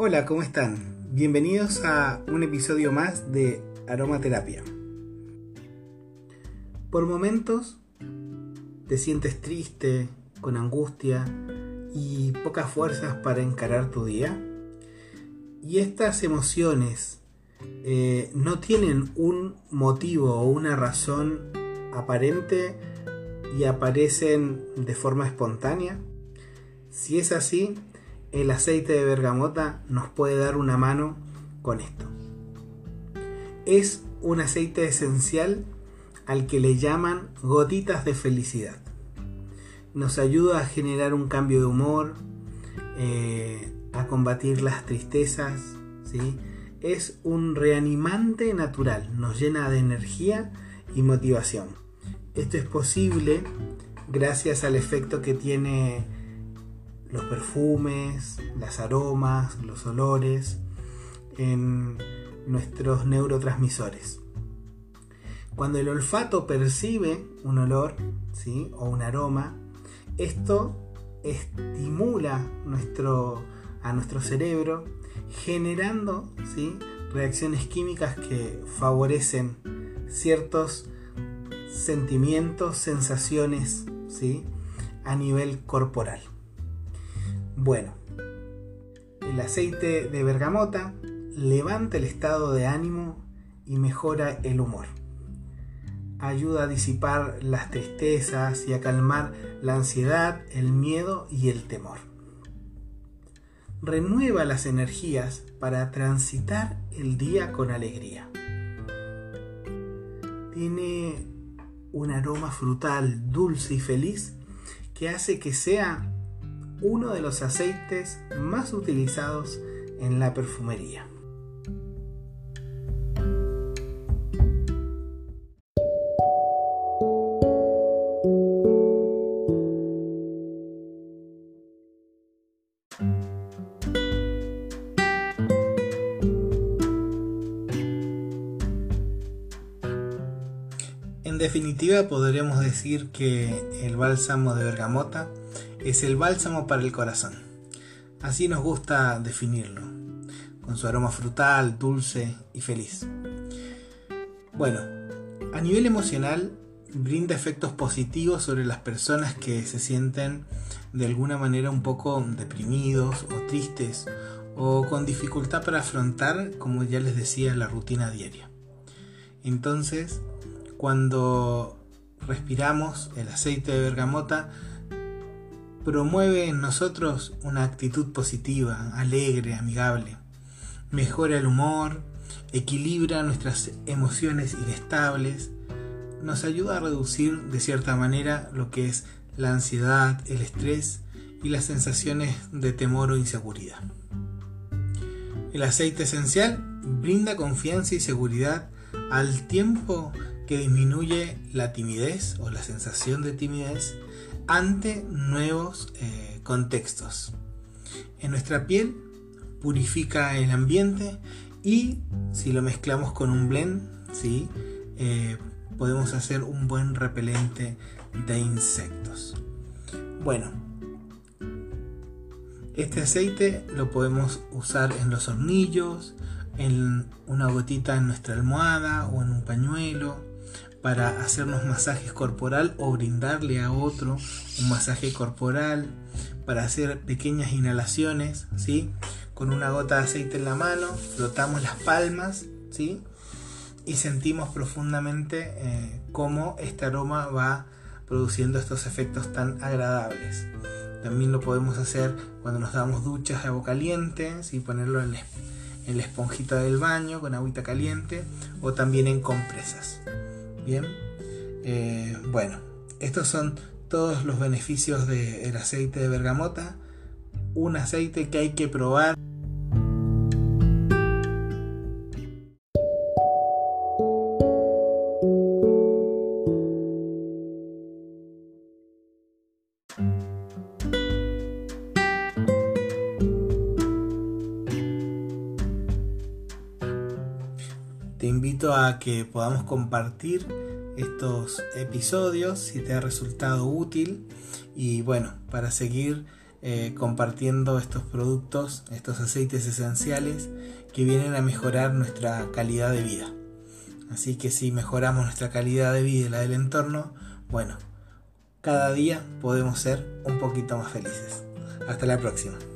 Hola, ¿cómo están? Bienvenidos a un episodio más de Aromaterapia. Por momentos te sientes triste, con angustia y pocas fuerzas para encarar tu día. Y estas emociones no tienen un motivo o una razón aparente y aparecen de forma espontánea. Si es así, el aceite de bergamota nos puede dar una mano con esto. Es un aceite esencial al que le llaman gotitas de felicidad. Nos ayuda a generar un cambio de humor, a combatir las tristezas, ¿sí? Es un reanimante natural, nos llena de energía y motivación. Esto es posible gracias al efecto que tiene los perfumes, las aromas, los olores en nuestros neurotransmisores. Cuando el olfato percibe un olor, ¿sí?, o un aroma, esto estimula a nuestro cerebro, generando, ¿sí?, reacciones químicas que favorecen ciertos sentimientos, sensaciones, ¿sí?, a nivel corporal. Bueno, el aceite de bergamota levanta el estado de ánimo y mejora el humor. Ayuda a disipar las tristezas y a calmar la ansiedad, el miedo y el temor. Renueva las energías para transitar el día con alegría. Tiene un aroma frutal, dulce y feliz que hace que sea uno de los aceites más utilizados en la perfumería. En definitiva, podríamos decir que el bálsamo de bergamota es el bálsamo para el corazón. Así nos gusta definirlo, con su aroma frutal, dulce y feliz. Bueno, a nivel emocional, brinda efectos positivos sobre las personas que se sienten de alguna manera un poco deprimidos o tristes o con dificultad para afrontar, como ya les decía, la rutina diaria. Entonces, cuando respiramos el aceite de bergamota, promueve en nosotros una actitud positiva, alegre, amigable. Mejora el humor, equilibra nuestras emociones inestables, nos ayuda a reducir de cierta manera lo que es la ansiedad, el estrés y las sensaciones de temor o inseguridad. El aceite esencial brinda confianza y seguridad al tiempo que disminuye la timidez o la sensación de timidez ante nuevos contextos. En nuestra piel purifica el ambiente y si lo mezclamos con un blend, ¿sí?, podemos hacer un buen repelente de insectos. Bueno, este aceite lo podemos usar en los hornillos, en una gotita en nuestra almohada o en un pañuelo para hacernos masajes corporal o brindarle a otro un masaje corporal, para hacer pequeñas inhalaciones, ¿sí? Con una gota de aceite en la mano, frotamos las palmas, ¿sí?, y sentimos profundamente cómo este aroma va produciendo estos efectos tan agradables. También lo podemos hacer cuando nos damos duchas de agua caliente, ¿sí?, ponerlo en la esponjita del baño con agüita caliente o también en compresas. Bien, bueno, estos son todos los beneficios del aceite de bergamota, un aceite que hay que probar. Te invito a que podamos compartir estos episodios si te ha resultado útil y bueno, para seguir compartiendo estos productos, estos aceites esenciales que vienen a mejorar nuestra calidad de vida. Así que si mejoramos nuestra calidad de vida y la del entorno, bueno, cada día podemos ser un poquito más felices. Hasta la próxima.